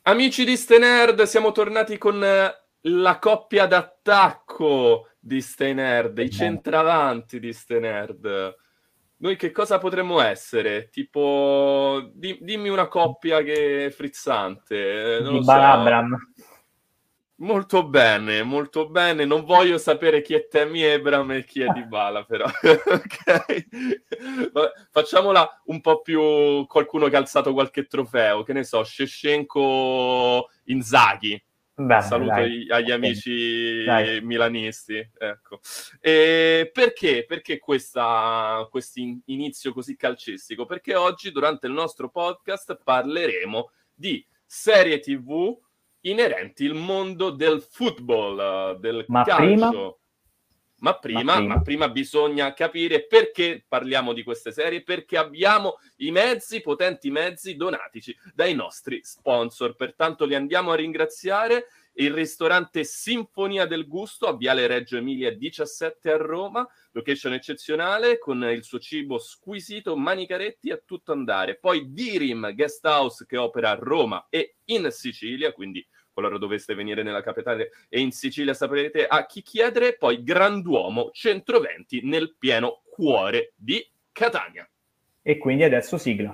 Amici di Stay Nerd, siamo tornati con la coppia d'attacco di Stay Nerd, i centravanti di Stay Nerd. Noi che cosa potremmo essere? Tipo, dimmi una coppia che è frizzante, non lo Dybala so. Abraham. Molto bene, molto bene. Non voglio sapere chi è Tammy Abraham e chi è Dybala, però. Ok? Facciamola un po' più qualcuno che ha alzato qualche trofeo. Che ne so, Shevchenko Inzaghi. Beh, Saluto dai. agli Ok. Dai. amici milanisti. Ecco. E perché questo inizio così calcistico? Perché oggi, durante il nostro podcast, parleremo di serie TV inerenti il mondo del football, del Ma prima? calcio. Ma prima bisogna capire perché parliamo di queste serie, perché abbiamo i mezzi, potenti mezzi donatici dai nostri sponsor. Pertanto li andiamo a ringraziare. Il ristorante Sinfonia del Gusto a Viale Reggio Emilia 17 a Roma, location eccezionale con il suo cibo squisito, Manicaretti a tutto andare. Poi Dirim Guest House che opera a Roma e in Sicilia, quindi qualora doveste venire nella capitale e in Sicilia saprete a chi chiedere. Poi Granduomo Centroventi nel pieno cuore di Catania. E quindi adesso sigla.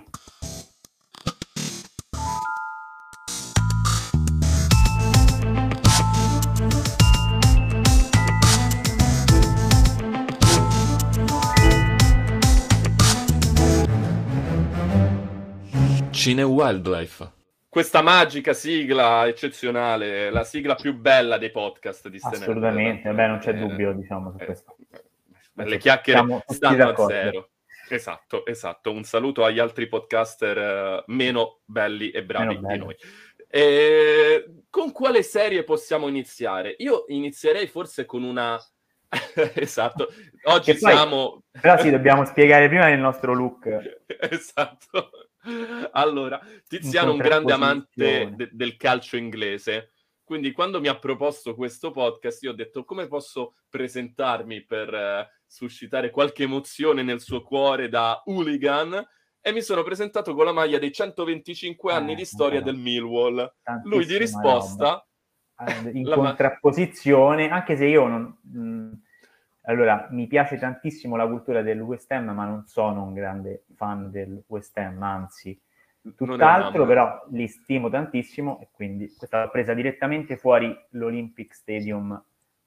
Cine Wildlife. Questa magica sigla eccezionale, la sigla più bella dei podcast di Stay Nerd. Assolutamente, beh, non c'è dubbio, diciamo, su questo. Le chiacchiere Siamo tutti stanno a d'accordo. zero. Esatto. Un saluto agli altri podcaster meno belli e bravi di noi. Con quale serie possiamo iniziare? Io inizierei forse con una... Esatto. Oggi Che poi, siamo... però sì, dobbiamo spiegare prima il nostro look. Esatto. Allora, Tiziano è un grande amante del calcio inglese, quindi quando mi ha proposto questo podcast io ho detto come posso presentarmi per suscitare qualche emozione nel suo cuore da hooligan, e mi sono presentato con la maglia dei 125 anni di storia del Millwall. Lui di risposta... In contrapposizione, anche se io non... Allora, mi piace tantissimo la cultura del West Ham, ma non sono un grande fan del West Ham, anzi, tutt'altro, però li stimo tantissimo e quindi questa l'ho presa direttamente fuori l'Olympic Stadium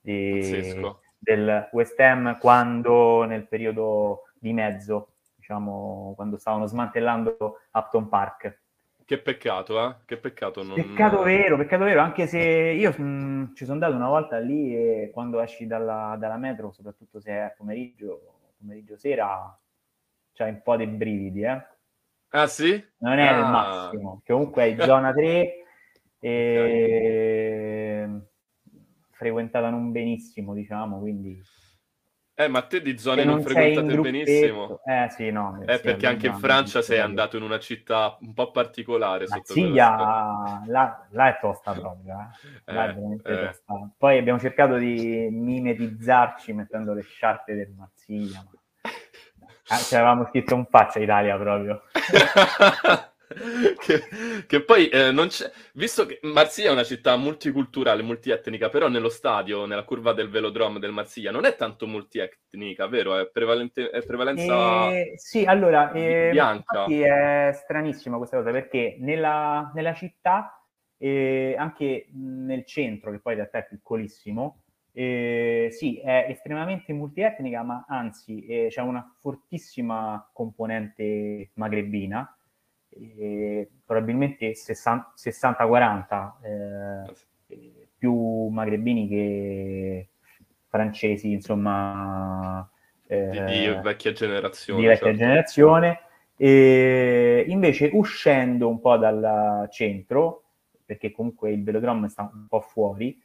del West Ham quando nel periodo di mezzo, diciamo, quando stavano smantellando Upton Park. Che peccato, Che peccato. Peccato vero, anche se io ci sono andato una volta lì e quando esci dalla metro, soprattutto se è pomeriggio sera, c'hai un po' dei brividi, Ah sì? Non è il massimo. Comunque è zona 3 e frequentata non benissimo, diciamo, quindi... ma te di zone non frequentate benissimo? Sì, no. Perché anche in Francia sei andato in una città un po' particolare sotto Marsiglia, là è tosta proprio, là è veramente tosta. Poi abbiamo cercato di mimetizzarci mettendo le sciarpe del Marsiglia, ma ci avevamo scritto un faccia Italia proprio. che poi non c'è, visto che Marsiglia è una città multiculturale, multietnica, però nello stadio, nella curva del Velodrome del Marsiglia, non è tanto multietnica, vero? È prevalenza sì, allora, bianca. infatti è stranissima questa cosa, perché nella città, anche nel centro, che poi in realtà è piccolissimo, sì, è estremamente multietnica, ma anzi c'è una fortissima componente magrebina, probabilmente 60-40, più magrebini che francesi, insomma, di vecchia generazione. Di vecchia generazione. E invece uscendo un po' dal centro, perché comunque il velodrome sta un po' fuori,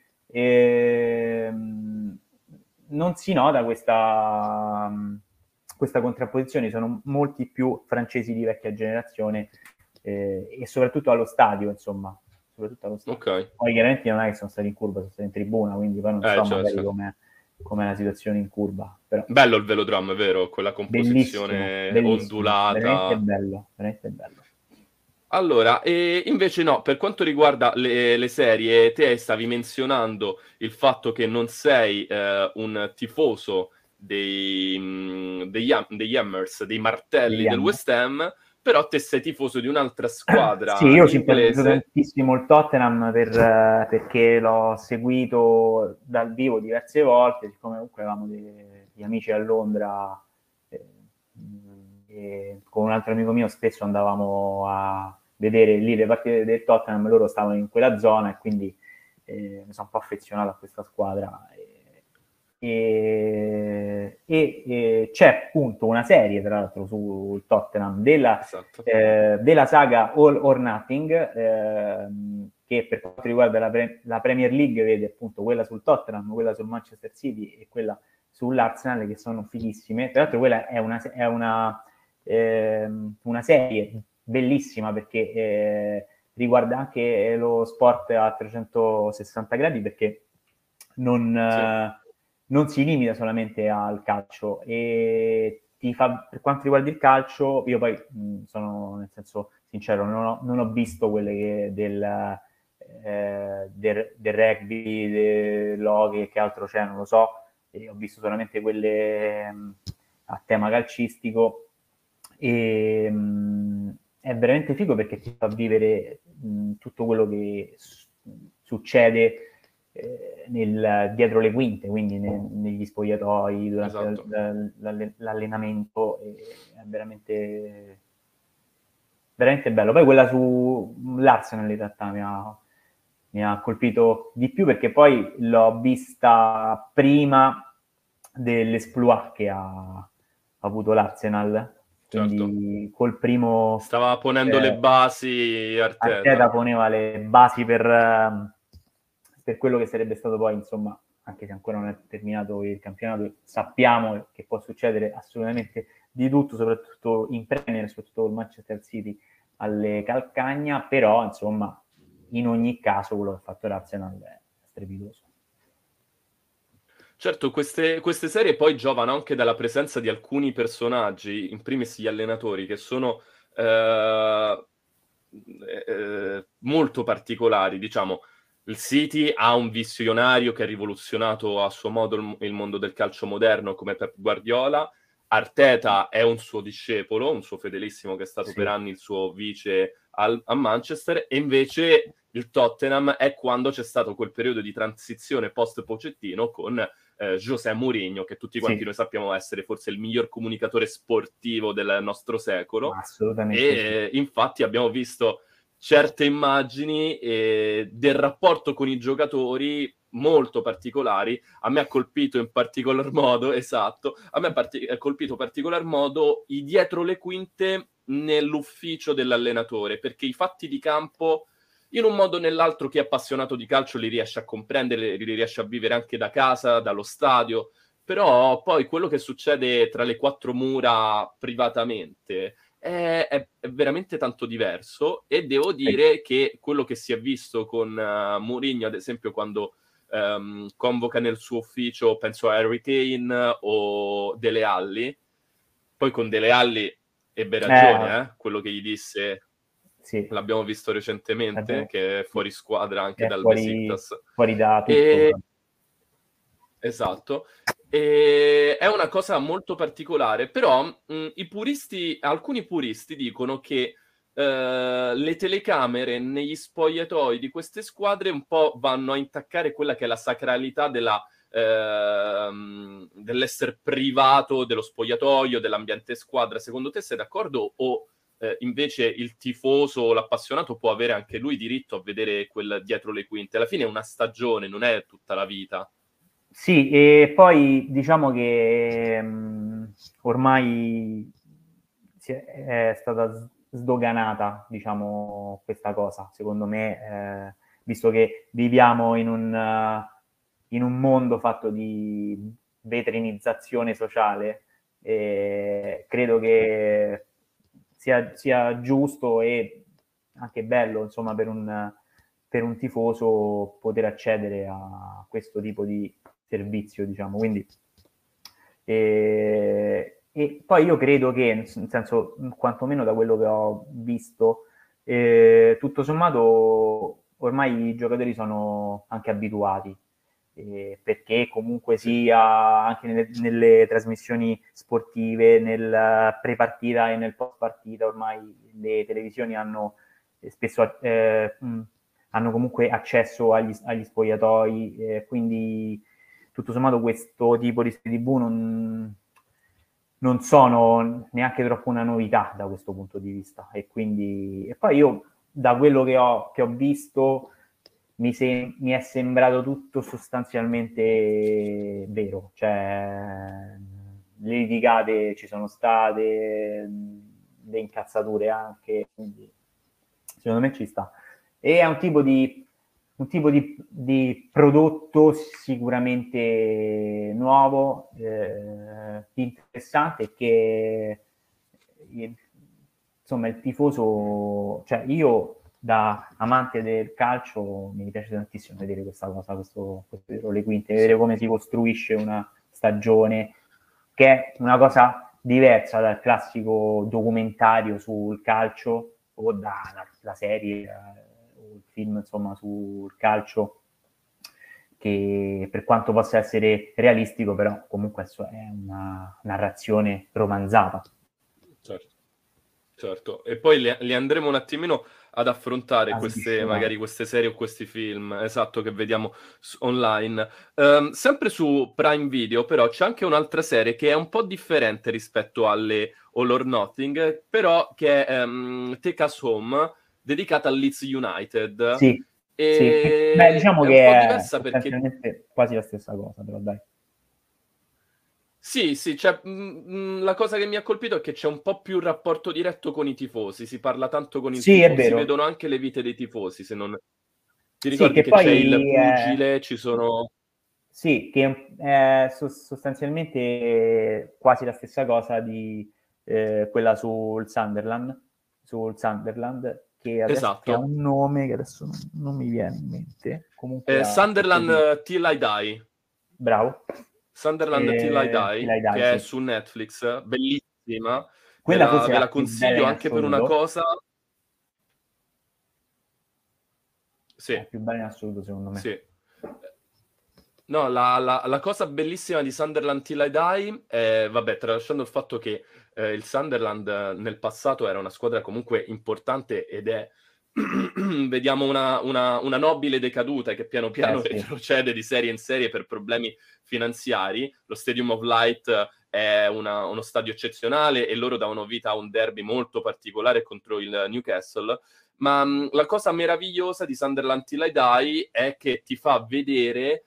non si nota questa contrapposizione, sono molti più francesi di vecchia generazione e soprattutto allo stadio, insomma. Okay. Poi chiaramente non è che sono stati in curva, sono stati in tribuna, quindi poi non so magari com'è la situazione in curva. Però. Bello il velodrome, vero? Quella composizione Bellissimo, ondulata. veramente bello. Allora, invece no, per quanto riguarda le serie, te stavi menzionando il fatto che non sei un tifoso degli Hammers, dei martelli del West Ham, però te sei tifoso di un'altra Sì, squadra io simpatizzo inglese. tantissimo il Tottenham perché l'ho seguito dal vivo diverse volte, siccome comunque avevamo degli amici a Londra e con un altro amico mio spesso andavamo a vedere lì le partite del Tottenham, loro stavano in quella zona e quindi mi sono un po' affezionato a questa squadra. E c'è appunto una serie, tra l'altro, sul Tottenham Esatto. della saga All or Nothing, che per quanto riguarda la Premier League vede appunto quella sul Tottenham, quella sul Manchester City e quella sull'Arsenal, che sono fighissime. Tra l'altro quella è una serie bellissima perché riguarda anche lo sport a 360 gradi, perché non si limita solamente al calcio e per quanto riguarda il calcio, io poi sono nel senso sincero, non ho visto quelle del rugby, dell'hockey, che altro c'è, non lo so, e ho visto solamente quelle a tema calcistico e è veramente figo perché ti fa vivere tutto quello che succede dietro le quinte, quindi negli spogliatoi, durante Esatto. l'allenamento, è veramente, veramente bello. Poi quella sull'Arsenal in realtà mi ha colpito di più perché poi l'ho vista prima dell'esploit che ha avuto l'Arsenal, quindi Certo. col primo Stava ponendo le basi Arteta Arteta. poneva le basi per quello che sarebbe stato poi, insomma, anche se ancora non è terminato il campionato, sappiamo che può succedere assolutamente di tutto, soprattutto in Premier, soprattutto col Manchester City alle calcagna, però insomma in ogni caso quello che ha fatto l'Arsenal è strepitoso. Certo, queste serie poi giovano anche dalla presenza di alcuni personaggi, in primis gli allenatori, che sono molto particolari. Diciamo, il City ha un visionario che ha rivoluzionato a suo modo il mondo del calcio moderno come Pep Guardiola. Arteta è un suo discepolo, un suo fedelissimo che è stato per anni il suo vice a Manchester, e invece il Tottenham è quando c'è stato quel periodo di transizione post-Pochettino con José Mourinho, che tutti quanti noi sappiamo essere forse il miglior comunicatore sportivo del nostro secolo. Assolutamente E infatti abbiamo visto certe immagini del rapporto con i giocatori molto particolari. A me ha colpito in particolar modo, esatto, a me ha colpito in particolar modo i dietro le quinte nell'ufficio dell'allenatore, perché i fatti di campo, in un modo o nell'altro, chi è appassionato di calcio li riesce a comprendere, li riesce a vivere anche da casa, dallo stadio, però poi quello che succede tra le quattro mura privatamente è veramente tanto diverso, e devo dire che quello che si è visto con Mourinho, ad esempio, quando convoca nel suo ufficio, penso a Harry Kane o Dele Alli, poi con Dele Alli ebbe ragione, quello che gli disse, sì, l'abbiamo visto recentemente, che è fuori squadra anche è dal fuori Besiktas. da E tutto. esatto, e è una cosa molto particolare, però alcuni puristi dicono che le telecamere negli spogliatoi di queste squadre un po' vanno a intaccare quella che è la sacralità dell'essere privato dello spogliatoio, dell'ambiente squadra. Secondo te sei d'accordo, o invece il tifoso o l'appassionato può avere anche lui diritto a vedere quel dietro le quinte? Alla fine è una stagione, non è tutta la vita. Sì, e poi diciamo che ormai è stata sdoganata, diciamo, questa cosa, secondo me, visto che viviamo in un mondo fatto di vetrinizzazione sociale, credo che sia giusto e anche bello, insomma, per un tifoso poter accedere a questo tipo di servizio, diciamo. Quindi, e poi io credo che, nel senso, quantomeno da quello che ho visto, tutto sommato ormai i giocatori sono anche abituati, perché comunque sia anche nelle trasmissioni sportive, nel pre-partita e nel post-partita, ormai le televisioni hanno spesso hanno comunque accesso agli spogliatoi, quindi tutto sommato questo tipo di serie TV non sono neanche troppo una novità da questo punto di vista. E poi io, da quello che ho visto, mi è sembrato tutto sostanzialmente vero. Cioè, le litigate ci sono state, le incazzature anche, quindi secondo me ci sta. E è un tipo di prodotto sicuramente nuovo, interessante, che insomma il tifoso, cioè io da amante del calcio mi piace tantissimo vedere questa cosa, questo le quinte, vedere come si costruisce una stagione, che è una cosa diversa dal classico documentario sul calcio o dalla serie o il film, insomma, sul calcio, che per quanto possa essere realistico, però comunque è una narrazione romanzata. Certo. E poi li andremo un attimino ad affrontare magari queste serie o questi film, esatto, che vediamo online. Sempre su Prime Video, però, c'è anche un'altra serie che è un po' differente rispetto alle All or Nothing, però che è Take Us Home, dedicata al Leeds United. Sì, Beh, diciamo è che un po' è diversa perché quasi la stessa cosa, però dai. Sì, cioè, la cosa che mi ha colpito è che c'è un po' più rapporto diretto con i tifosi, si parla tanto con il Sì, è tifo, si vero. vedono anche le vite dei tifosi, se non... Ti Sì, ricordi che che poi c'è il pugile, ci sono... Sì, che è sostanzialmente quasi la stessa cosa di quella sul Sunderland, che adesso che ha Esatto. un nome che adesso non mi viene in mente. Comunque Sunderland Till I Die. Bravo. Sunderland Till I Die, che sì. è su Netflix, bellissima. Quella forse Ve è la la più bella consiglio in anche per una assoluto. cosa... Sì. È la più bella in assoluto, secondo me. Sì. No, la cosa bellissima di Sunderland Till I Die è, vabbè, tralasciando il fatto che il Sunderland nel passato era una squadra comunque importante ed è, vediamo una nobile decaduta che piano piano retrocede di serie in serie per problemi finanziari. Lo Stadium of Light è uno stadio eccezionale e loro davano vita a un derby molto particolare contro il Newcastle. Ma la cosa meravigliosa di Sunderland Till I Die è che ti fa vedere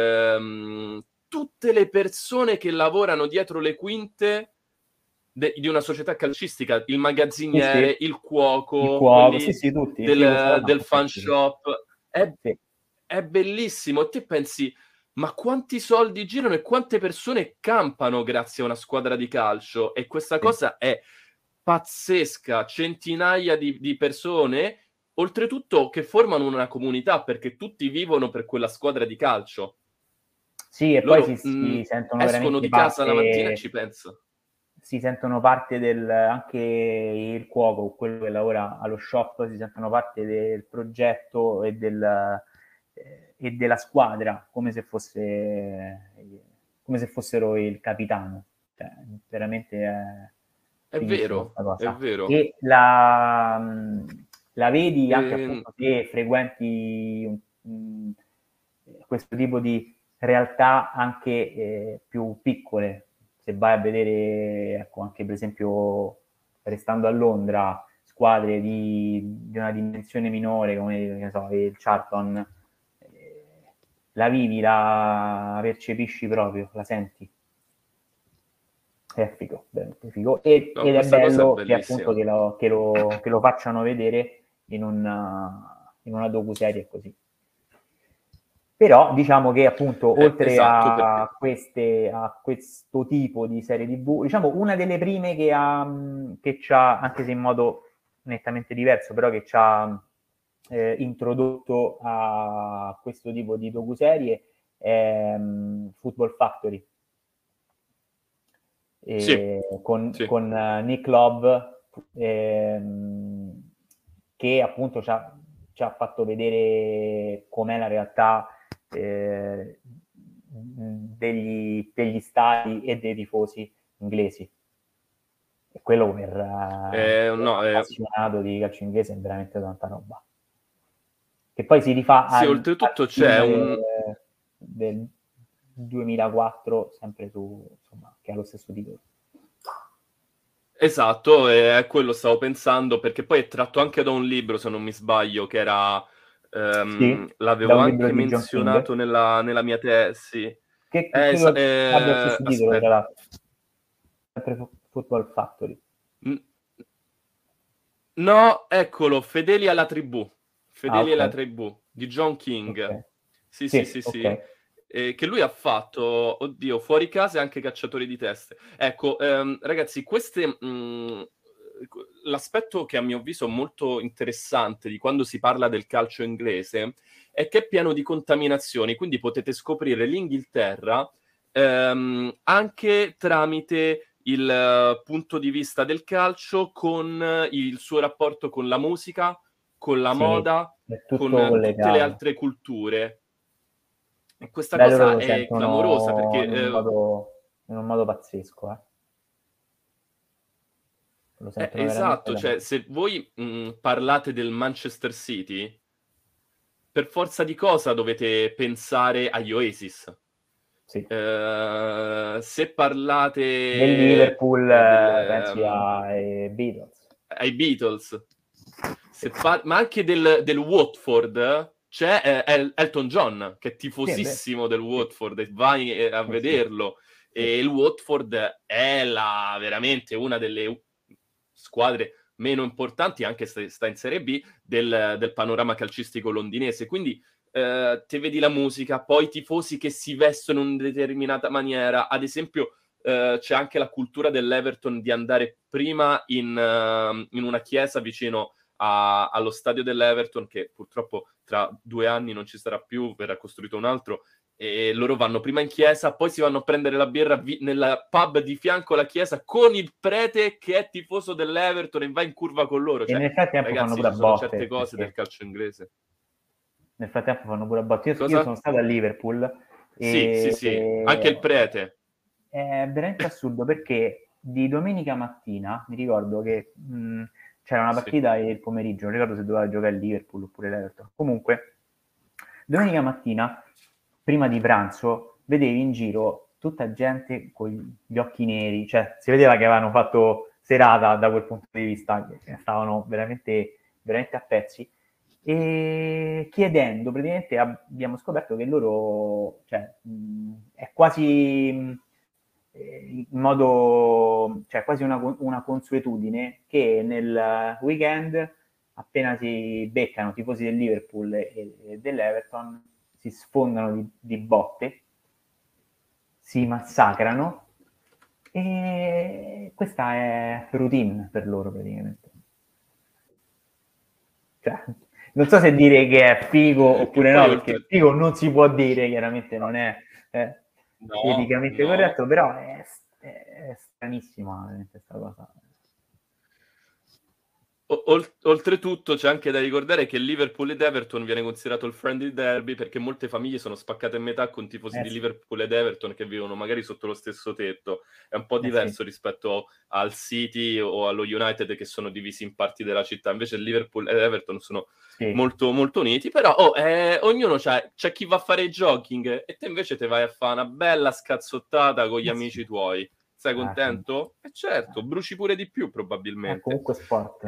tutte le persone che lavorano dietro le quinte di una società calcistica, il magazziniere, il cuoco, quelli tutti, del fan shop. È bellissimo. E te pensi, ma quanti soldi girano e quante persone campano grazie a una squadra di calcio? E questa cosa è pazzesca. Centinaia di persone, oltretutto, che formano una comunità perché tutti vivono per quella squadra di calcio. Sì, e loro poi si sentono escono veramente di casa la mattina e ci pensano. Si sentono parte anche il cuoco, quello che lavora allo shop, si sentono parte del progetto e della squadra, come se fossero il capitano. Cioè, veramente è vero, cosa. è vero. E la vedi anche appunto se frequenti questo tipo di realtà anche più piccole. Se vai a vedere, ecco, anche per esempio, restando a Londra, squadre di una dimensione minore come, che ne so, il Charlton, la vivi, la percepisci proprio, la senti. È figo, veramente figo. Ed è bello che appunto che lo facciano vedere in una docuserie così. Però diciamo che appunto oltre a questo tipo di serie TV, diciamo una delle prime che c'ha, anche se in modo nettamente diverso, però che ci ha introdotto a questo tipo di docuserie è Football Factory. Con Nick Love, che che appunto ci ha fatto vedere com'è la realtà degli stadi e dei tifosi inglesi. E quello per un appassionato di calcio inglese è veramente tanta roba. Che poi si rifà oltretutto c'è del 2004, sempre su, insomma, che ha lo stesso titolo. Esatto, è quello stavo pensando, perché poi è tratto anche da un libro, se non mi sbaglio, che era... l'avevo anche menzionato nella mia tesi. Che credo abbia lo stesso titolo, tra l'altro. Sempre Football Factory. No, eccolo, Fedeli alla tribù. Fedeli alla tribù, di John King. Okay. Sì. Okay. Che lui ha fatto, oddio, Fuori casa e anche Cacciatori di teste. Ecco, ragazzi, queste... l'aspetto che a mio avviso è molto interessante di quando si parla del calcio inglese è che è pieno di contaminazioni, quindi potete scoprire l'Inghilterra anche tramite il punto di vista del calcio, con il suo rapporto con la musica, con la moda, con tutte le altre culture. E questa cosa è clamorosa perché in un modo pazzesco, esatto, cioè se voi parlate del Manchester City, per forza di cosa dovete pensare agli Oasis. Sì. Se parlate del Liverpool, pensi ai Beatles. Ai Beatles. Ma anche del Watford c'è Elton John, che è tifosissimo del Watford, e vai a vederlo. E il Watford è veramente una delle squadre meno importanti, anche se sta in Serie B, del panorama calcistico londinese. Quindi te vedi la musica, poi i tifosi che si vestono in una determinata maniera. Ad esempio c'è anche la cultura dell'Everton di andare prima in una chiesa vicino allo stadio dell'Everton, che purtroppo tra 2 anni non ci sarà più, verrà costruito un altro, e loro vanno prima in chiesa, poi si vanno a prendere la birra nel pub di fianco alla chiesa con il prete che è tifoso dell'Everton e va in curva con loro. Cioè, e nel frattempo ragazzi, fanno pure ci sono botte, certe cose del calcio inglese. Nel frattempo fanno pure a botte. Io sono stato a Liverpool. Sì, anche il prete. È veramente assurdo, perché di domenica mattina mi ricordo che c'era una partita il pomeriggio, non ricordo se doveva giocare il Liverpool oppure l'Everton. Comunque, domenica mattina, prima di pranzo, vedevi in giro tutta gente con gli occhi neri, cioè si vedeva che avevano fatto serata da quel punto di vista, che stavano veramente, veramente a pezzi. E chiedendo, praticamente abbiamo scoperto che loro, cioè, è quasi in modo, cioè quasi una consuetudine che nel weekend, appena si beccano tifosi del Liverpool e dell'Everton, si sfondano di botte, si massacrano, e questa è routine per loro praticamente. Cioè, non so se dire che è figo oppure no, perché figo non si può dire, chiaramente non è eticamente corretto, però è stranissima questa cosa. Oltretutto c'è anche da ricordare che Liverpool ed Everton viene considerato il friendly derby, perché molte famiglie sono spaccate a metà con tifosi di Liverpool ed Everton che vivono magari sotto lo stesso tetto. È un po' diverso rispetto al City o allo United, che sono divisi in parti della città. Invece Liverpool ed Everton sono molto molto uniti, però ognuno c'è chi va a fare il jogging e te invece te vai a fare una bella scazzottata con gli amici tuoi. Sei contento? Certo, bruci pure di più probabilmente. Comunque sport.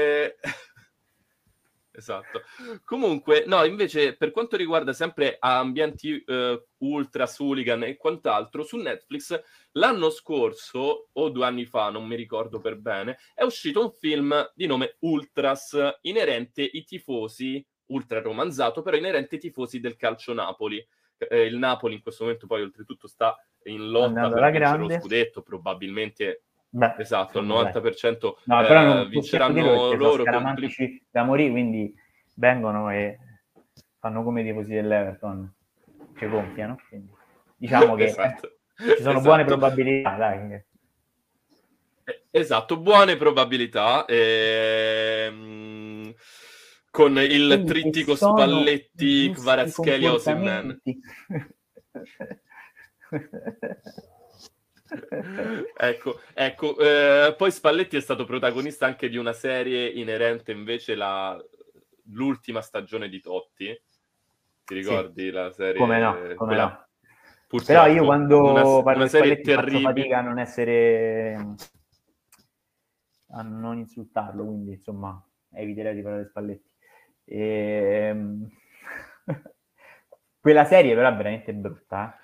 Esatto. Comunque, no, invece per quanto riguarda sempre ambienti ultra, hooligan e quant'altro, su Netflix l'anno scorso, o 2 anni fa, non mi ricordo per bene, è uscito un film di nome Ultras, inerente ai tifosi, ultra romanzato, però inerente ai tifosi del calcio Napoli. Il Napoli in questo momento poi oltretutto sta in lotta per vincere lo scudetto, probabilmente. Esatto, al 90% però non vinceranno loro. Sono scaramantici da morire, quindi vengono e fanno come i tifosi dell'Everton, ci gonfiano, quindi diciamo che ci sono buone probabilità, dai. Esatto, buone probabilità. con il trittico Spalletti, Kvaratskhelia, Osimhen. ecco, poi Spalletti è stato protagonista anche di una serie inerente invece l'ultima stagione di Totti. Ti ricordi la serie? Come no, come no. Purtroppo, però io quando parlo una di serie Spalletti faccio terribile. fatica a non insultarlo, quindi insomma eviterei di parlare di Spalletti. Quella serie però è veramente brutta.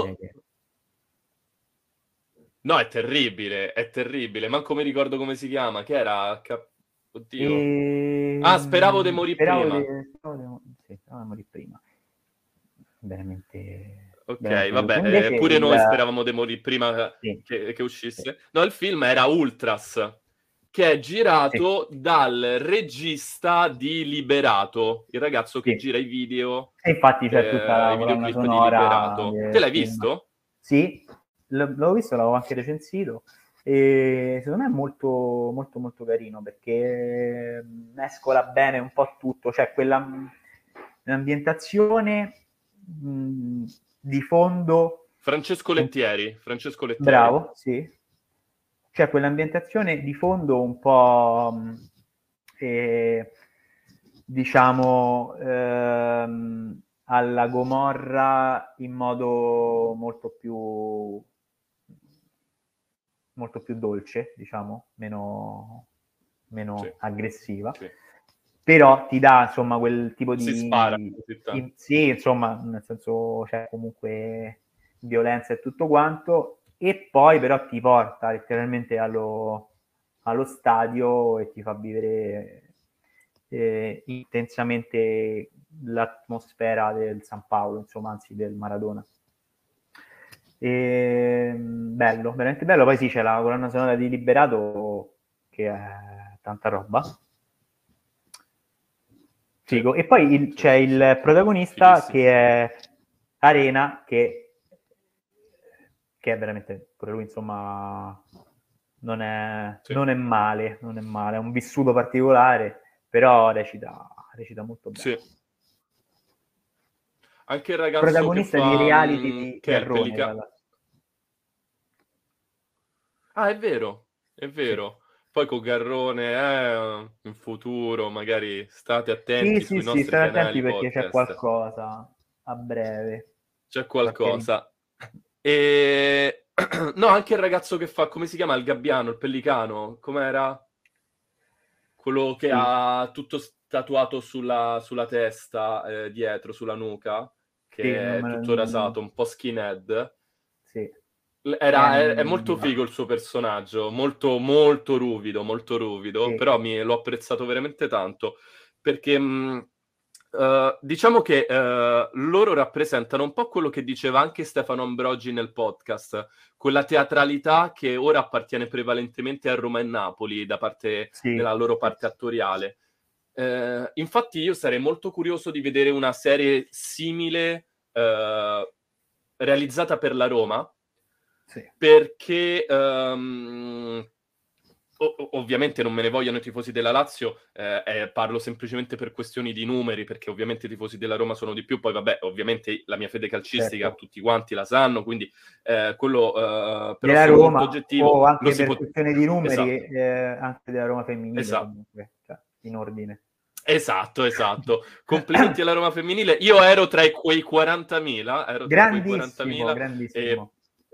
No, è terribile. Manco mi ricordo come si chiama. Che era? Oddio. Speravo di morire prima. Speravo di morire prima. Veramente... Ok, vabbè, pure noi speravamo di morire prima che uscisse. Sì. No, il film era Ultras, che è girato dal regista di Liberato, il ragazzo che gira i video. E infatti c'è tutta la colonna sonora di Liberato. Te l'hai visto? Sì, l'ho visto, l'avevo anche recensito. E secondo me è molto molto molto carino, perché mescola bene un po' tutto, cioè l'ambientazione di fondo. Francesco Lettieri. Bravo, sì. Cioè quell'ambientazione di fondo un po' diciamo alla Gomorra, in modo molto più dolce, diciamo, meno sì, aggressiva. Sì. Però ti dà insomma quel tipo di... Si spara. Sì, insomma, nel senso c'è comunque violenza e tutto quanto, e poi però ti porta letteralmente allo stadio e ti fa vivere intensamente l'atmosfera del San Paolo, insomma, anzi del Maradona. Bello, veramente bello. Poi sì, c'è la colonna sonora di Liberato, che è tanta roba. Figo. E poi c'è il protagonista che è Arena, che è veramente, pure lui insomma non è male, è un vissuto particolare, però recita molto bene. Sì. Anche il ragazzo protagonista che fa, di reality di che Garrone. È vero. Sì. Poi con Garrone, in futuro magari state attenti sui nostri state canali attenti, perché podcast. c'è qualcosa a breve. C'è qualcosa. E no, anche il ragazzo che fa, come si chiama, il gabbiano, il pellicano, com'era? Quello che ha tutto tatuato sulla testa, dietro, sulla nuca, che è tutto rasato, un po' skinhead. Sì. È molto figo il suo personaggio, molto, molto ruvido, sì. Però l'ho apprezzato veramente tanto, perché diciamo che loro rappresentano un po' quello che diceva anche Stefano Ambrogi nel podcast, quella teatralità che ora appartiene prevalentemente a Roma e Napoli da parte della loro parte attoriale. Infatti io sarei molto curioso di vedere una serie simile realizzata per la Roma, perché ovviamente non me ne vogliono i tifosi della Lazio, parlo semplicemente per questioni di numeri, perché ovviamente i tifosi della Roma sono di più, poi vabbè, ovviamente la mia fede calcistica tutti quanti la sanno, quindi quello però della Roma, oggettivo, o anche per questioni di numeri, anche della Roma femminile, comunque, cioè, in ordine. Esatto. Complimenti alla Roma femminile. Io ero tra quei 40.000. Grandissimo.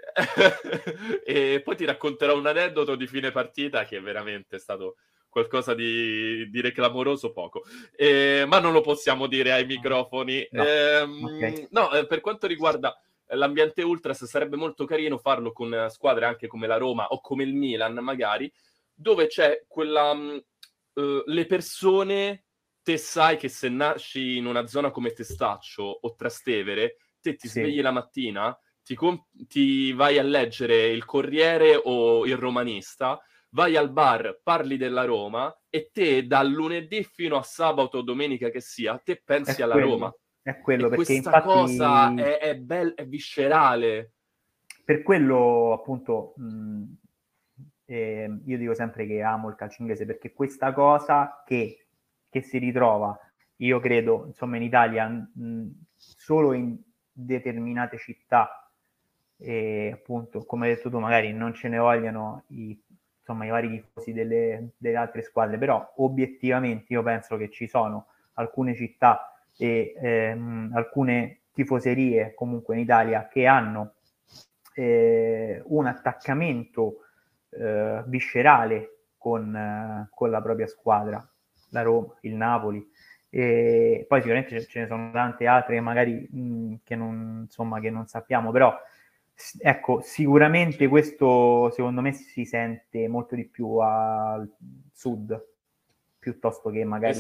E poi ti racconterò un aneddoto di fine partita che è veramente stato qualcosa di reclamoroso poco. Ma non lo possiamo dire ai microfoni. No, per quanto riguarda l'ambiente Ultras, sarebbe molto carino farlo con squadre anche come la Roma o come il Milan, magari, dove c'è quella... le persone... Te sai che se nasci in una zona come Testaccio o Trastevere, te ti svegli la mattina, ti vai a leggere il Corriere o il Romanista, vai al bar, parli della Roma e te dal lunedì fino a sabato o domenica che sia, te pensi alla Roma. È quello, perché questa infatti cosa è viscerale. Per quello, appunto, io dico sempre che amo il calcio inglese, perché questa cosa che che si ritrova, io credo, insomma, in Italia solo in determinate città, e appunto, come hai detto tu, magari non ce ne vogliano i vari tifosi delle altre squadre, però obiettivamente io penso che ci sono alcune città e alcune tifoserie comunque in Italia che hanno un attaccamento viscerale con la propria squadra, la Roma, il Napoli, e poi sicuramente ce ne sono tante altre che magari che non sappiamo, però ecco, sicuramente questo secondo me si sente molto di più al sud piuttosto che magari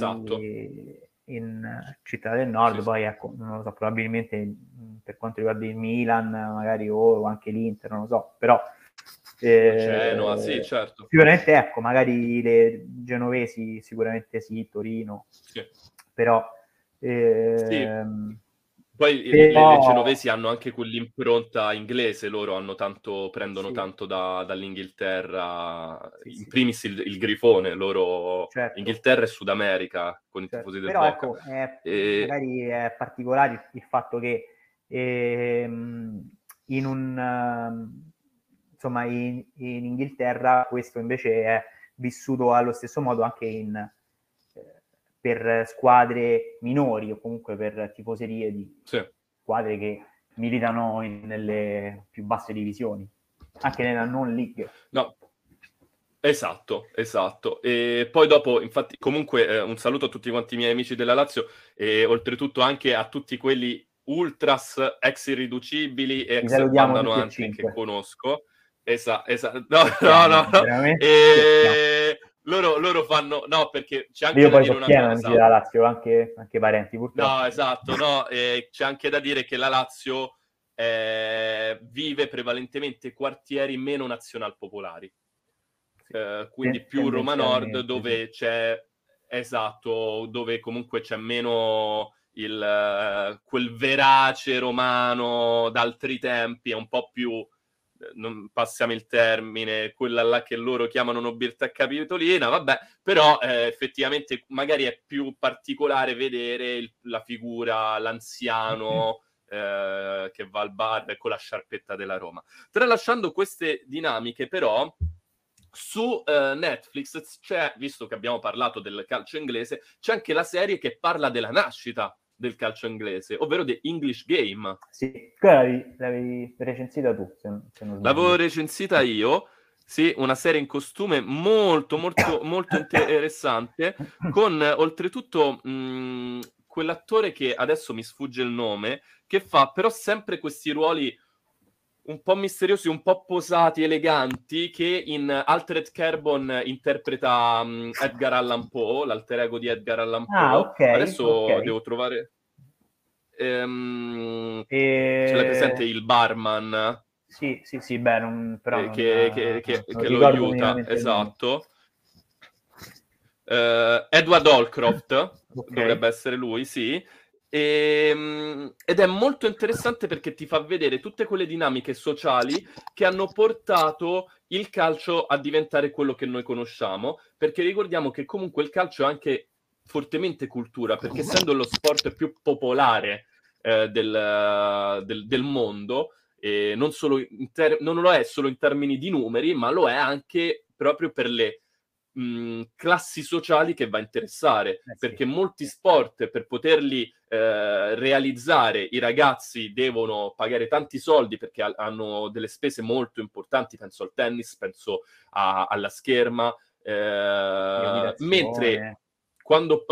in città del nord. Sì, poi ecco, non lo so, probabilmente per quanto riguarda il Milan magari o anche l'Inter, non lo so, però Genoa, sì, certo. Sicuramente ecco, magari le genovesi sicuramente sì, Torino, sì. Però sì. Poi le genovesi hanno anche quell'impronta inglese, loro hanno prendono tanto dall'Inghilterra, in primis il grifone, loro certo. Inghilterra e Sud America con i tifosi del Boca. Ecco, magari è particolare il fatto che insomma in Inghilterra questo invece è vissuto allo stesso modo anche per squadre minori o comunque per tifoserie di squadre che militano nelle più basse divisioni, anche nella non league. No, esatto. E poi dopo, infatti, comunque un saluto a tutti quanti i miei amici della Lazio e oltretutto anche a tutti quelli ultras ex irriducibili e ex banda 90 che conosco. Esatto. No. Loro fanno... No, perché c'è anche da dire una cosa. Della Lazio, anche parenti, purtroppo. No, esatto, no. C'è anche da dire che la Lazio vive prevalentemente quartieri meno nazional-popolari. Quindi più Roma Nord, dove c'è... Esatto, dove comunque c'è meno quel verace romano d'altri tempi, è un po' più... non passiamo il termine, quella là che loro chiamano nobiltà capitolina, vabbè, però effettivamente magari è più particolare vedere la figura, l'anziano che va al bar con la sciarpetta della Roma. Tralasciando queste dinamiche, però, su Netflix c'è, visto che abbiamo parlato del calcio inglese, c'è anche la serie che parla della nascita del calcio inglese, ovvero The English Game. Sì, l'avevi recensita tu, se non sbaglio. L'avevo recensita io, sì, una serie in costume molto interessante, con oltretutto quell'attore che adesso mi sfugge il nome, che fa però sempre questi ruoli un po' misteriosi, un po' posati, eleganti, che in Altered Carbon interpreta Edgar Allan Poe, l'alter ego di Edgar Allan Poe. Okay, adesso devo trovare... ce l'hai presente il barman? Sì, beh, però che lo aiuta, esatto. Edward Holcroft dovrebbe essere lui, sì. Ed è molto interessante perché ti fa vedere tutte quelle dinamiche sociali che hanno portato il calcio a diventare quello che noi conosciamo, perché ricordiamo che comunque il calcio è anche fortemente cultura, perché essendo lo sport più popolare del mondo, non lo è solo in termini di numeri, ma lo è anche proprio per le classi sociali che va a interessare, perché molti sport, per poterli realizzare, i ragazzi devono pagare tanti soldi perché hanno delle spese molto importanti, penso al tennis, penso alla scherma, mentre quando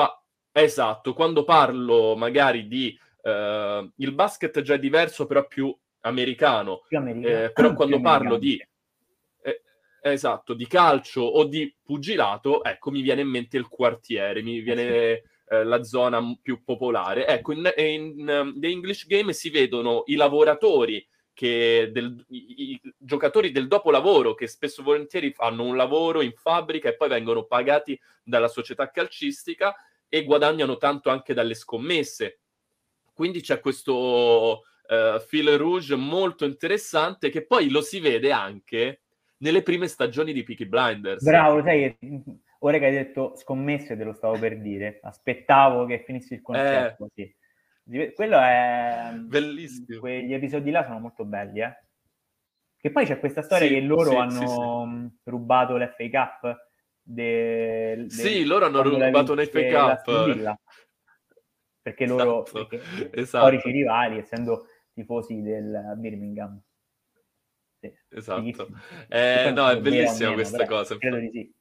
parlo magari di il basket già è diverso, però più americano, però quando parlo di esatto, di calcio o di pugilato, ecco, mi viene in mente il quartiere, mi viene la zona più popolare. Ecco, in The English Game si vedono i lavoratori, i giocatori del dopolavoro, che spesso e volentieri fanno un lavoro in fabbrica e poi vengono pagati dalla società calcistica e guadagnano tanto anche dalle scommesse. Quindi c'è questo fil rouge molto interessante che poi lo si vede anche nelle prime stagioni di Peaky Blinders. Bravo, sai, ora che hai detto scommesse, te lo stavo per dire. Aspettavo che finissi il concetto. Sì. Quello è... Bellissimo. Quegli episodi là sono molto belli, eh. Che poi c'è questa storia che loro hanno rubato l'FA Cup. Sì, loro hanno rubato l'FA Cup. Perché loro, storici rivali, essendo tifosi del Birmingham. Sì, esatto. No, è bellissima questa cosa. Credo di sì.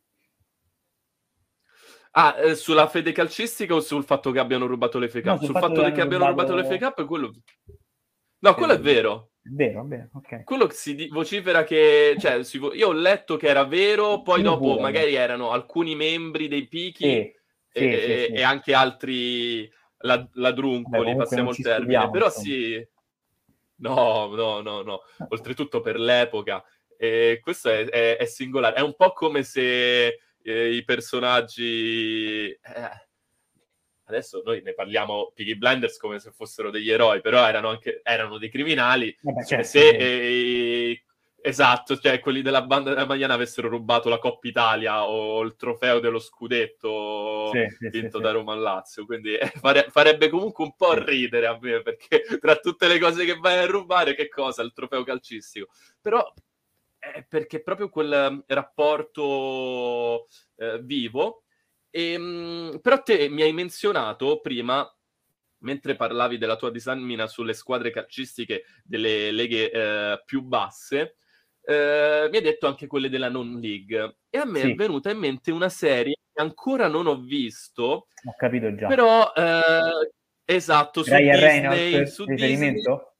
Sulla fede calcistica o sul fatto che abbiano rubato l'FA Cup? No, sul fatto che abbiano rubato l'FA Cup, quello... No, quello è vero. È vero, ok. Quello che si vocifera che... Cioè, io ho letto che era vero, poi dopo magari erano alcuni membri dei Pichi e anche altri ladruncoli, passiamo il termine. Però insomma. Sì... No. Oltretutto per l'epoca. Questo è singolare. È un po' come se i personaggi... adesso noi ne parliamo Peaky Blinders come se fossero degli eroi, però erano dei criminali. Esatto, cioè quelli della banda della Magliana avessero rubato la Coppa Italia o il trofeo dello scudetto vinto da Roma al Lazio, quindi farebbe comunque un po' ridere a me, perché tra tutte le cose che vai a rubare, che cosa? Il trofeo calcistico. Però è perché proprio quel rapporto vivo. Però te mi hai menzionato prima, mentre parlavi della tua disamina sulle squadre calcistiche delle leghe più basse, mi hai detto anche quelle della non-league, e a me è venuta in mente una serie che ancora non ho visto. Ho capito già. Però esatto, su Ryan Disney, Reynolds, su riferimento?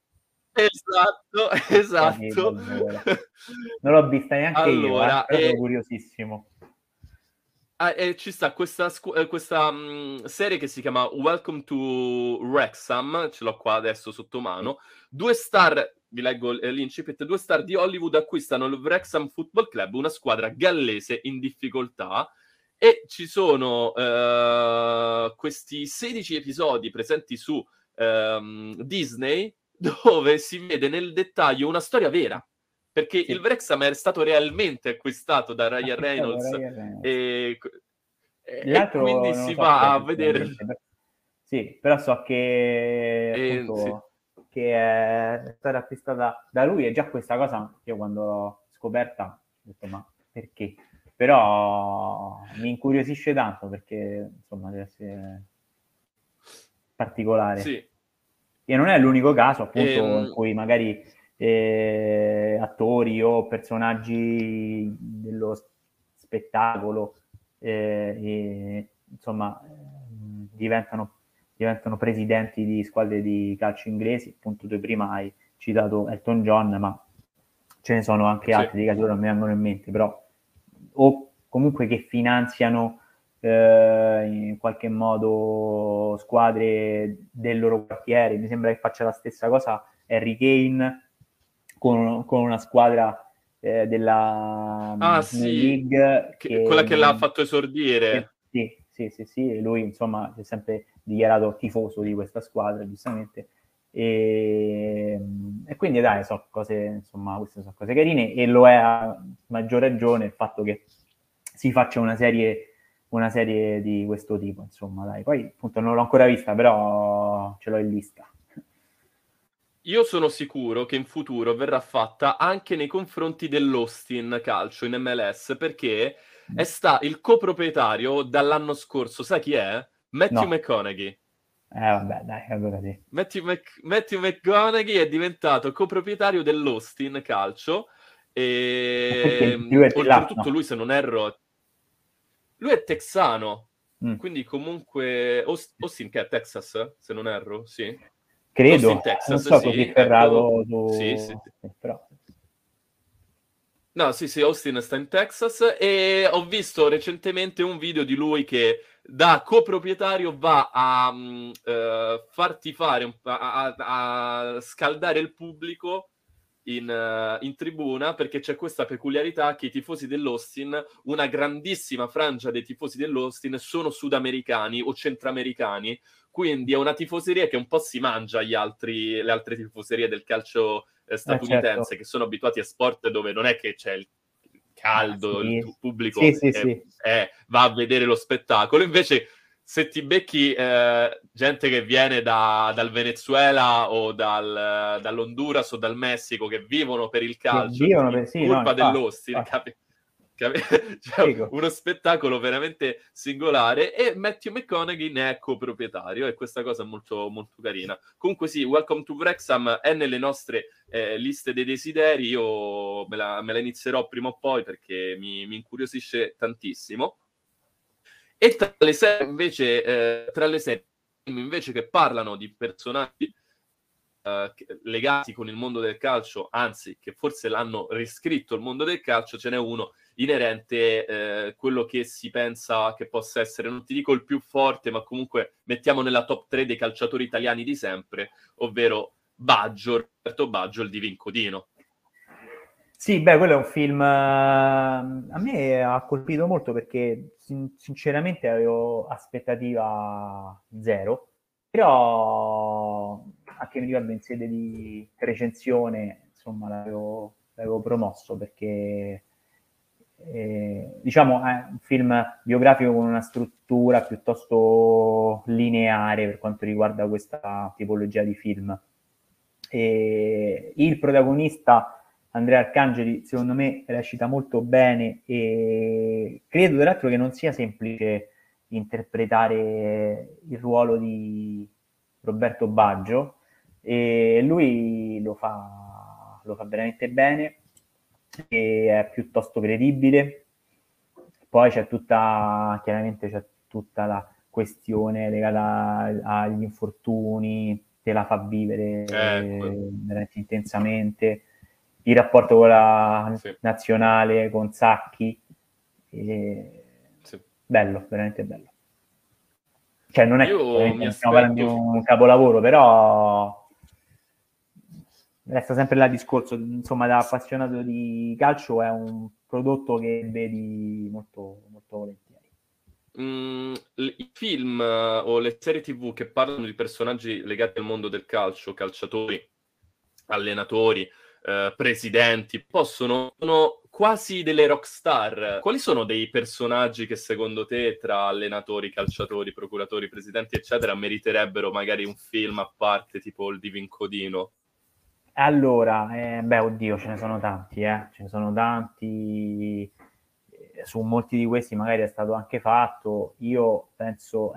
Esatto. Non l'ho vista neanche io, però sono curiosissimo. Ci sta questa serie che si chiama Welcome to Wrexham, ce l'ho qua adesso sotto mano. 2 star, vi leggo l'incipit, 2 star di Hollywood acquistano il Wrexham Football Club, una squadra gallese in difficoltà, e ci sono questi 16 episodi presenti su Disney, dove si vede nel dettaglio una storia vera. Perché il Wrexham è stato realmente acquistato da Ryan Reynolds e quindi si va a vedere. Sì, però so che appunto che è stata acquistata da lui, e già questa cosa io quando l'ho scoperta ho detto ma perché? Però mi incuriosisce tanto, perché insomma deve essere particolare. Sì. E non è l'unico caso appunto in cui magari attori o personaggi dello spettacolo insomma diventano presidenti di squadre di calcio inglesi. Appunto tu prima hai citato Elton John, ma ce ne sono anche altri che non mi vengono in mente, però o comunque che finanziano in qualche modo squadre del loro quartiere. Mi sembra che faccia la stessa cosa Harry Kane con una squadra della League, quella che l'ha fatto esordire. Sì, lui insomma si è sempre dichiarato tifoso di questa squadra, giustamente, e quindi dai, so cose, insomma, queste sono cose carine, e lo è a maggior ragione il fatto che si faccia una serie di questo tipo, insomma, dai. Poi appunto non l'ho ancora vista, però ce l'ho in lista. Io sono sicuro che in futuro verrà fatta anche nei confronti dell'Austin Calcio in MLS, perché il coproprietario dall'anno scorso, sai chi è? Matthew McConaughey. Vabbè, dai, allora sì. Matthew McConaughey è diventato coproprietario dell'Austin Calcio, e oltretutto lui, se non erro, lui è texano, quindi comunque Austin, che è Texas, se non erro, sì. Credo, Austin, Texas, non so così ferrato su... Sì. Però... No, sì, Austin sta in Texas, e ho visto recentemente un video di lui che da coproprietario va a farti fare, a scaldare il pubblico in tribuna, perché c'è questa peculiarità che i tifosi dell'Austin, una grandissima frangia dei tifosi dell'Austin, sono sudamericani o centroamericani, quindi è una tifoseria che un po' si mangia le altre tifoserie del calcio statunitense, che sono abituati a sport dove non è che c'è caldo, sì. il pubblico Sì. va a vedere lo spettacolo. Invece se ti becchi gente che viene dal Venezuela o dall'Honduras o dal Messico, che vivono per il calcio, colpa dell'hosting, cioè, uno spettacolo veramente singolare, e Matthew McConaughey ne è coproprietario, e questa cosa è molto, molto carina. Comunque sì, Welcome to Wrexham è nelle nostre liste dei desideri. Io me la inizierò prima o poi, perché mi incuriosisce tantissimo. E tra le serie invece che parlano di personaggi legati con il mondo del calcio, anzi che forse l'hanno riscritto il mondo del calcio, ce n'è uno inerente quello che si pensa che possa essere, non ti dico il più forte, ma comunque mettiamo nella top 3 dei calciatori italiani di sempre, ovvero Roberto Baggio, il Divincodino. Sì, beh, quello è un film, a me ha colpito molto, perché sinceramente avevo aspettativa zero, però anche mi ricordo in sede di recensione, insomma, l'avevo promosso, perché diciamo è un film biografico con una struttura piuttosto lineare per quanto riguarda questa tipologia di film. E il protagonista Andrea Arcangeli, secondo me, recita molto bene, e credo tra l'altro che non sia semplice interpretare il ruolo di Roberto Baggio, e lui lo fa veramente bene, e è piuttosto credibile. Poi chiaramente c'è tutta la questione legata agli infortuni, te la fa vivere veramente intensamente. Il rapporto con la nazionale, con Sacchi, bello, veramente bello. Cioè non è che stiamo parlando di un capolavoro, però resta sempre là il discorso, insomma, da appassionato di calcio è un prodotto che vedi molto, molto volentieri. I film o le serie TV che parlano di personaggi legati al mondo del calcio, calciatori, allenatori, presidenti, sono quasi delle rockstar. Quali sono dei personaggi che secondo te, tra allenatori, calciatori, procuratori, presidenti, eccetera, meriterebbero magari un film a parte, tipo il Divincodino? Allora, oddio, ce ne sono tanti, ce ne sono tanti. Su molti di questi magari è stato anche fatto. Io penso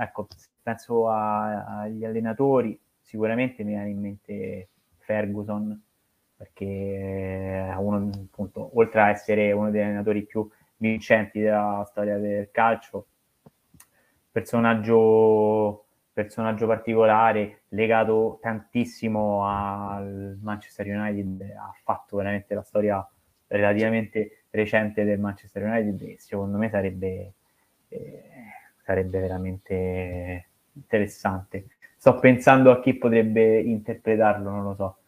agli allenatori, sicuramente mi viene in mente Ferguson, perché è uno, appunto, oltre a essere uno degli allenatori più vincenti della storia del calcio, personaggio particolare, legato tantissimo al Manchester United, ha fatto veramente la storia relativamente recente del Manchester United, e secondo me sarebbe veramente interessante. Sto pensando a chi potrebbe interpretarlo, non lo so.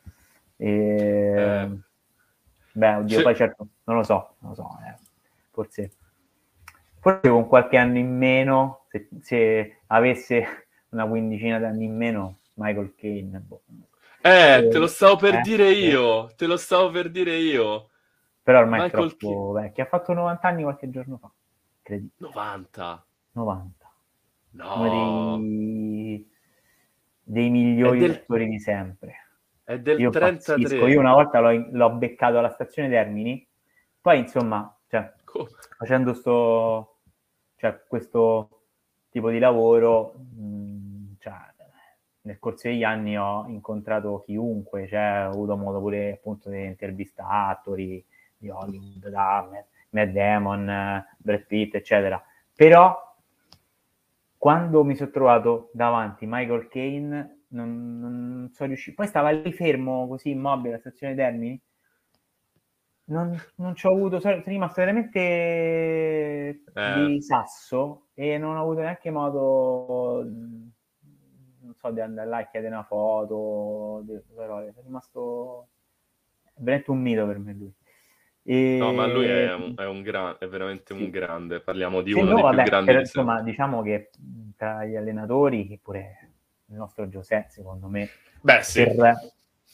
Poi certo, non lo so, forse con qualche anno in meno, se avesse una quindicina d'anni in meno, Michael Caine. Te lo stavo per dire io, Però ormai è troppo vecchio, ha fatto 90 anni qualche giorno fa, credi? 90? No. Uno dei migliori attori di sempre. È del 33. Pazzisco. Io una volta l'ho beccato alla stazione Termini, poi insomma, facendo questo tipo di lavoro, nel corso degli anni ho incontrato chiunque, ho avuto modo pure appunto di intervistare attori di Hollywood, da Matt Damon, Brad Pitt, eccetera. Però quando mi sono trovato davanti Michael Caine non sono riuscito. Poi stava lì fermo, così immobile alla stazione Termini, non ci ho avuto, sono rimasto veramente di sasso, e non ho avuto neanche modo, non so, di andare là e chiedere una foto, sono rimasto veramente un mito per me lui. No, ma lui è veramente un grande. Parliamo di uno dei più grandi di insomma, diciamo che tra gli allenatori, pure il nostro José, secondo me,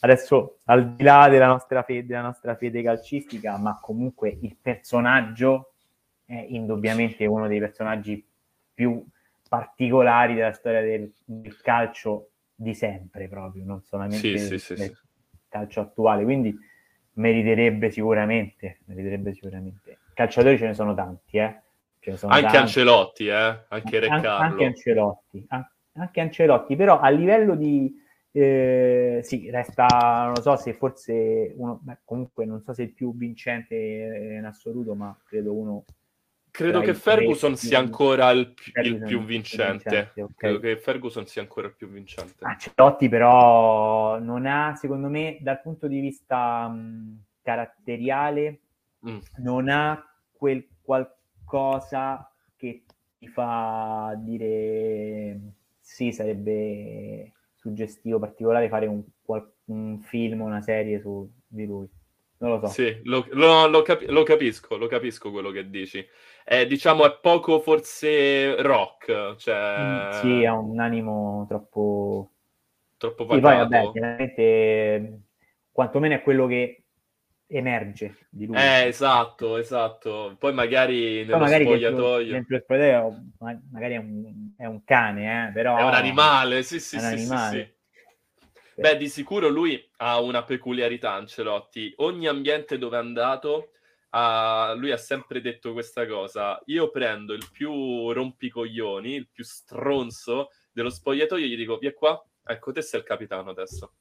adesso al di là della nostra fede calcistica, ma comunque il personaggio è indubbiamente uno dei personaggi più particolari della storia del calcio di sempre, proprio, non solamente del calcio attuale, quindi meriterebbe sicuramente. Calciatori ce ne sono tanti, ce ne sono anche tanti. Ancelotti, anche Re Carlo. Anche Ancelotti, però a livello di sì, resta, non lo so se forse uno, comunque non so se il più vincente in assoluto, ma credo che Ferguson sia ancora il più vincente. Okay. Credo che Ferguson sia ancora il più vincente. Ancelotti però non ha, secondo me, dal punto di vista caratteriale, non ha quel qualcosa che ti fa dire sì, sarebbe suggestivo, particolare fare un film, una serie su di lui. Non lo so. Sì, lo capisco quello che dici. Diciamo è poco forse rock, cioè... Sì, ha un animo troppo pacato. Sì, poi vabbè, chiaramente quantomeno è quello che emerge di lui. Esatto. Poi magari nello spogliatoio... Dentro il spogliatoio magari è un cane, però... È un animale, sì. Beh, di sicuro lui ha una peculiarità, Ancelotti. Ogni ambiente dove è andato, lui ha sempre detto questa cosa. Io prendo il più rompicoglioni, il più stronzo dello spogliatoio, gli dico, via qua, ecco, te sei il capitano adesso.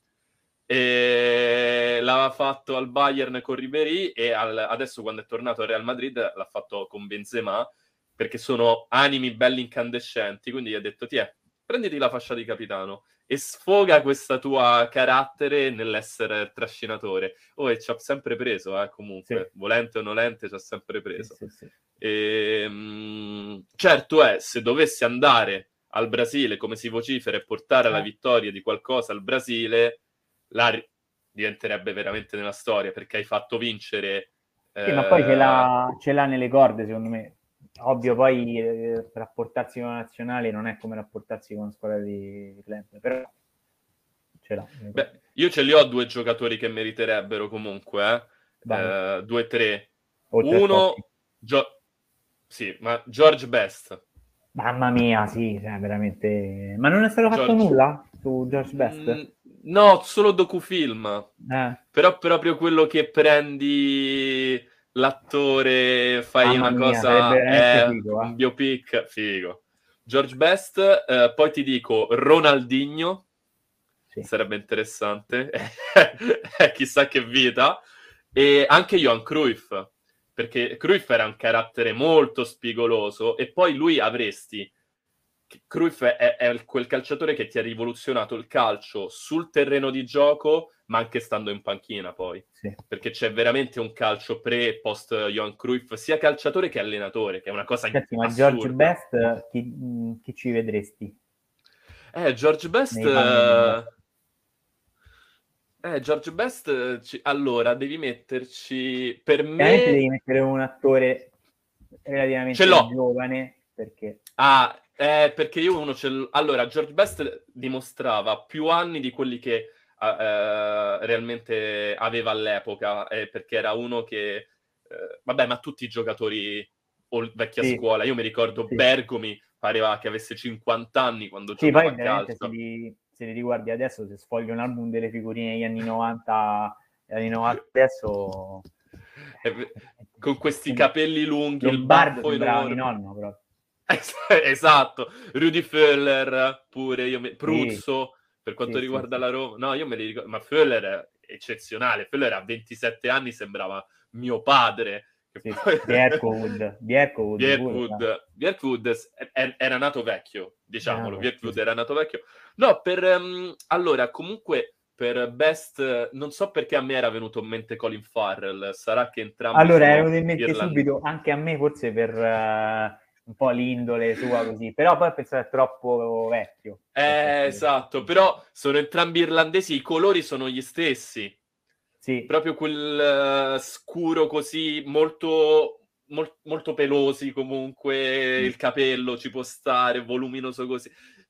E l'aveva fatto al Bayern con Ribéry e adesso quando è tornato al Real Madrid l'ha fatto con Benzema, perché sono animi belli incandescenti, quindi gli ha detto, prenditi la fascia di capitano e sfoga questa tua carattere nell'essere trascinatore. E ci ha sempre preso, comunque, sì. Volente o nolente ci ha sempre preso. Sì. Certo se dovesse andare al Brasile, come si vocifera, e portare alla vittoria di qualcosa al Brasile, là diventerebbe veramente nella storia, perché hai fatto vincere... Sì, ma poi ce l'ha nelle corde, secondo me. Ovvio, poi rapportarsi con la nazionale non è come rapportarsi con una squadra di club, però ce l'ha. Beh, io ce li ho 2 giocatori che meriterebbero comunque, 2, 3. Uno, sì, ma George Best. Mamma mia, sì, veramente. Ma non è stato fatto nulla su George Best? No, solo docufilm. Però proprio quello che prendi l'attore, fai Mamma una mia, cosa, figo, un biopic, figo. George Best, poi ti dico Ronaldinho, sì. Sarebbe interessante, chissà che vita, e anche Johan Cruyff, perché Cruyff era un carattere molto spigoloso e poi lui Cruyff è quel calciatore che ti ha rivoluzionato il calcio sul terreno di gioco, ma anche stando in panchina poi. Sì. Perché c'è veramente un calcio pre e post Johan Cruyff, sia calciatore che allenatore, che è una cosa assurda. Ma George Best, chi ci vedresti? George Best... George Best, allora, devi metterci... Per me... devi mettere un attore relativamente giovane, perché... perché io allora, George Best dimostrava più anni di quelli che realmente aveva all'epoca, perché era uno che... vabbè, ma tutti i giocatori vecchia scuola, io mi ricordo Bergomi, pareva che avesse 50 anni quando giocava a calcio. Se li riguardi adesso, se sfogli un album delle figurine degli anni 90, adesso... con questi capelli lunghi, il baffo enorme. Nonno, però. Esatto, Rudi Völler pure, Pruzzo, per quanto riguarda la Roma. No, io me li ricordo, ma Völler è eccezionale. Völler a 27 anni sembrava mio padre. Bierkwood era nato vecchio, diciamolo. Bierkwood era nato vecchio. No, allora, comunque, per Best, non so perché a me era venuto in mente Colin Farrell. Sarà che entrambi allora è venuto in mente subito, anche a me, forse per un po' l'indole sua così, però poi penso è troppo vecchio. Esatto, però sono entrambi irlandesi, i colori sono gli stessi. Sì. Proprio quel scuro così, molto, molto pelosi comunque, il capello ci può stare, voluminoso così.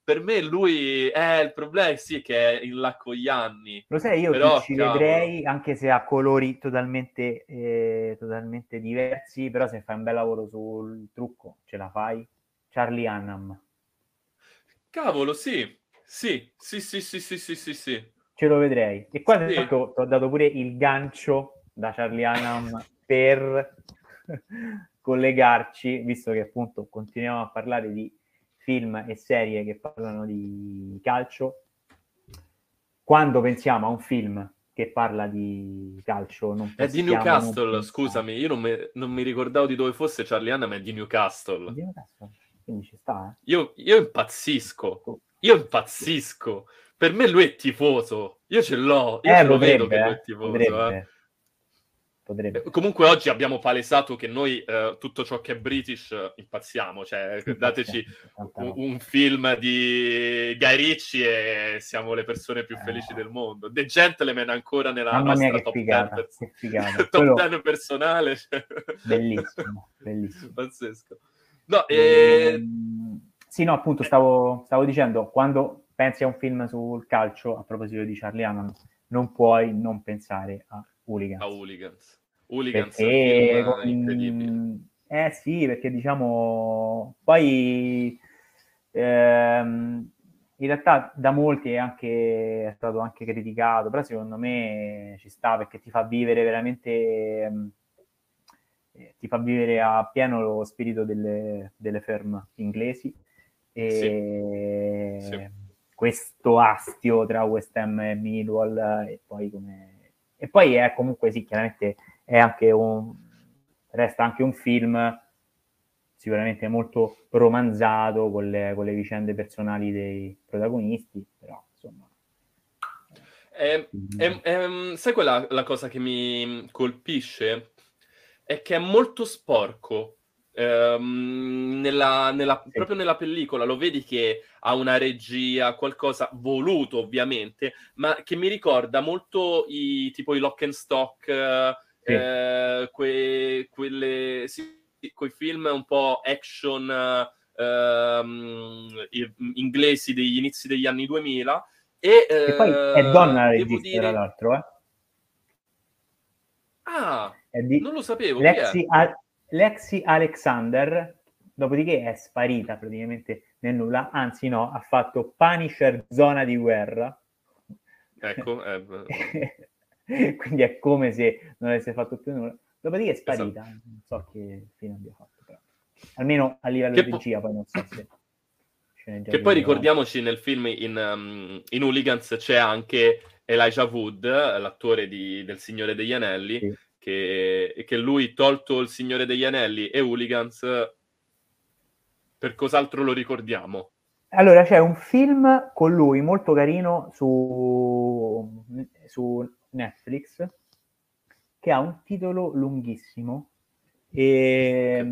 per me lui il problema è sì che è in là con gli anni. Lo sai, io però, ci cavolo, vedrei, anche se ha colori totalmente diversi, però se fai un bel lavoro sul trucco, ce la fai. Charlie Hunnam. cavolo, sì. Sì, sì, sì, sì, sì, sì, sì, sì. Ce lo vedrei. E qua Sì. ti ho dato pure il gancio da Charlie Hunnam per collegarci, visto che appunto continuiamo a parlare di film e serie che parlano di calcio. Quando pensiamo a un film che parla di calcio, non È di possiamo non Newcastle, pensare. scusami, io non mi ricordavo di dove fosse Charlie Hunnam, è di Newcastle. Di Newcastle. Quindi ci sta, Io impazzisco, eh? io impazzisco. Per me lui è tifoso, io ce l'ho, io ce lo vedo che lui è tifoso, eh. Potrebbe. Comunque oggi abbiamo palesato che noi tutto ciò che è British impazziamo, cioè dateci un film di Guy Ritchie e siamo le persone più felici del mondo. The Gentleman ancora nella Mamma mia, nostra che figata, che figata. top 10 personale. Bellissimo, bellissimo. Pazzesco. No, sì, no, appunto stavo dicendo, quando pensi a un film sul calcio, a proposito di Charlie Hunnam, non puoi non pensare a Hooligans. A Hooligans. Hooligans è un Perché film incredibile. Sì, perché diciamo poi in realtà da molti è stato anche criticato, però secondo me ci sta perché ti fa vivere veramente ti fa vivere a pieno lo spirito delle firm inglesi e sì. questo astio tra West Ham e Millwall e poi è comunque sì, chiaramente è anche resta anche un film sicuramente molto romanzato con le vicende personali dei protagonisti, però insomma. Sai quella la cosa che mi colpisce? È che è molto sporco. Proprio nella pellicola lo vedi che ha una regia, qualcosa voluto ovviamente, ma che mi ricorda molto tipo i Lock and Stock, quei film un po' action inglesi degli inizi degli anni 2000 e poi è donna la devo regista, tra dire l'altro, è di non lo sapevo, chi è? Lexi Alexander, dopodiché è sparita praticamente nel nulla, anzi no, ha fatto Punisher Zona di Guerra. Ecco, quindi è come se non avesse fatto più nulla. Dopodiché è sparita, esatto. Non so che fine abbia fatto, però. Almeno a livello di regia, poi non so se che poi ricordiamoci nel film in Hooligans c'è anche Elijah Wood, l'attore del Signore degli Anelli, sì. che lui, tolto il Signore degli Anelli e Hooligans, per cos'altro lo ricordiamo? Allora, c'è un film con lui molto carino su Netflix che ha un titolo lunghissimo e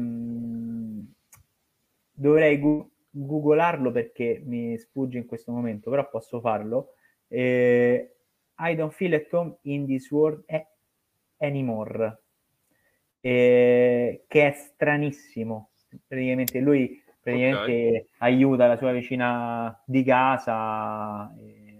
dovrei googolarlo perché mi sfugge in questo momento, però posso farlo. I don't feel at home in this world anymore, che è stranissimo. Praticamente lui aiuta la sua vicina di casa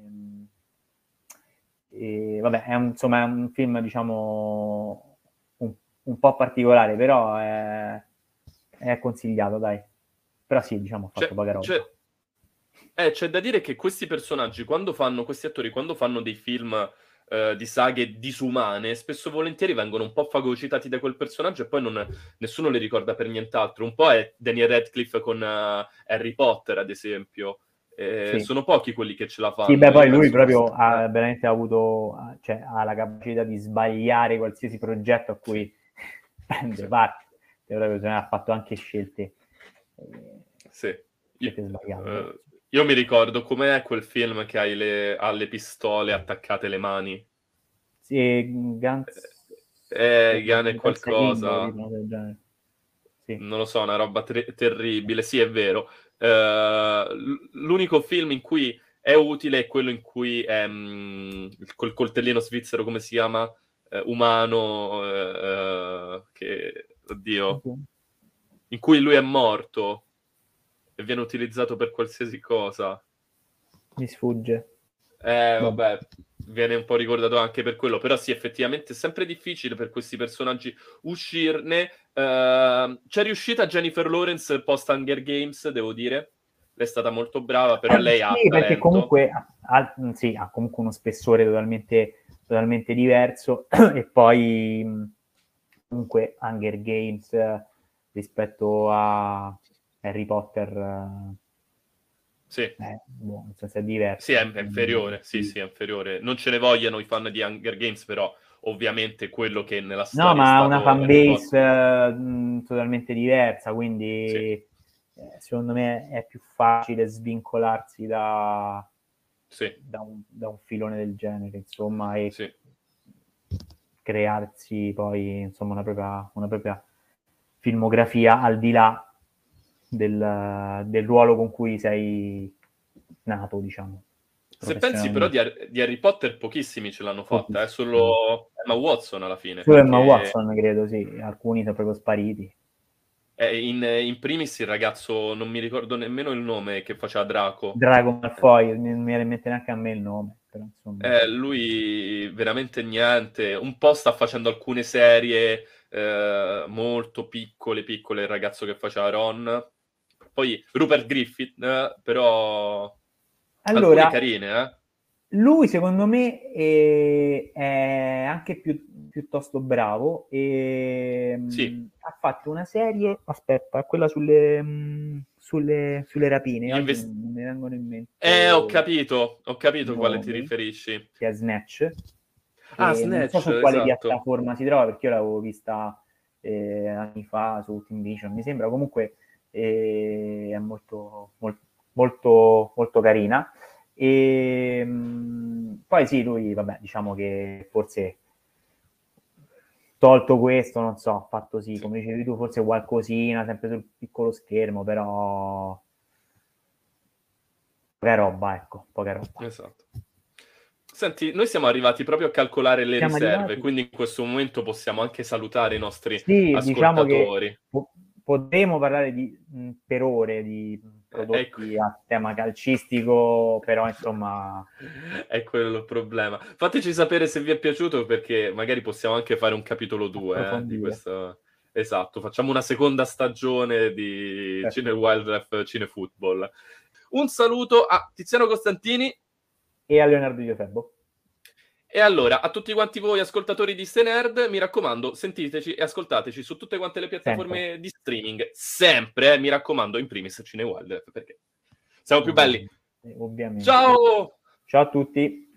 e vabbè, è un film diciamo un po' particolare, però è consigliato, dai. Però sì, diciamo, ha fatto poca roba. C'è da dire che questi personaggi, questi attori, quando fanno dei film di saghe disumane, spesso e volentieri vengono un po' fagocitati da quel personaggio e poi nessuno le ricorda per nient'altro. Un po' è Daniel Radcliffe con Harry Potter, ad esempio. Sì. Sono pochi quelli che ce la fanno. Sì, beh, poi lui proprio ha veramente avuto, cioè, ha la capacità di sbagliare qualsiasi progetto a cui prende parte. Ha fatto anche scelte sbagliate. Io mi ricordo com'è quel film che ha le pistole attaccate alle mani. Sì, Gun è qualcosa. Sì. Non lo so, una roba terribile. Sì, è vero. L'unico film in cui è utile è quello in cui è col coltellino svizzero, come si chiama? Umano, oddio, in cui lui è morto. e viene utilizzato per qualsiasi cosa. Mi sfugge. Vabbè, viene un po' ricordato anche per quello, però sì, effettivamente è sempre difficile per questi personaggi uscirne. C'è riuscita Jennifer Lawrence post Hunger Games, devo dire. Lei è stata molto brava, però lei ha sì, perché talento. comunque ha comunque uno spessore totalmente diverso e poi comunque Hunger Games rispetto a Harry Potter sì. Nel senso è diverso. Sì, è inferiore, sì, è inferiore. Non ce ne vogliano i fan di Hunger Games, però ovviamente quello che nella storia no, ma ha una Harry fanbase totalmente diversa, quindi secondo me è più facile svincolarsi da un filone del genere, insomma, e crearsi poi insomma una propria filmografia al di là del ruolo con cui sei nato, diciamo. Se pensi però di Harry Potter pochissimi ce l'hanno fatta, solo Emma Watson alla fine. Solo Emma Watson, credo, sì, alcuni sono proprio spariti. In primis il ragazzo, non mi ricordo nemmeno il nome, che faceva Draco. Draco Malfoy, non mi viene in mente neanche a me il nome. Però, insomma. Lui veramente niente, un po' sta facendo alcune serie molto piccole, il ragazzo che faceva Ron. Poi Rupert Griffith, però alcune carine, Lui secondo me è anche piuttosto bravo e ha fatto una serie, aspetta, quella sulle rapine, oggi non mi vengono in mente. Ho capito quale ti riferisci. Che è Snatch. Snatch, non so su quale piattaforma si trova, perché io l'avevo vista anni fa su Team Vision, mi sembra. Comunque è molto, molto, molto carina. E poi sì, lui, vabbè, diciamo che forse tolto questo, non so, ha fatto come dicevi tu, forse qualcosina, sempre sul piccolo schermo, però poca roba. Esatto. Senti, noi siamo arrivati proprio a calcolare le riserve, quindi in questo momento possiamo anche salutare i nostri ascoltatori. Diciamo che potremo parlare per ore di prodotti a tema calcistico, però insomma è quello il problema. Fateci sapere se vi è piaciuto, perché magari possiamo anche fare un capitolo 2 di questo. Esatto, facciamo una seconda stagione di Cine Wildlife, Cine Football. Un saluto a Tiziano Costantini e a Leonardo Diofebbo. E allora, a tutti quanti voi ascoltatori di SteNerd, mi raccomando, sentiteci e ascoltateci su tutte quante le piattaforme di streaming. Sempre, mi raccomando, in primis Cine Wildlife, perché siamo più belli. Ovviamente. Ciao! Ciao a tutti!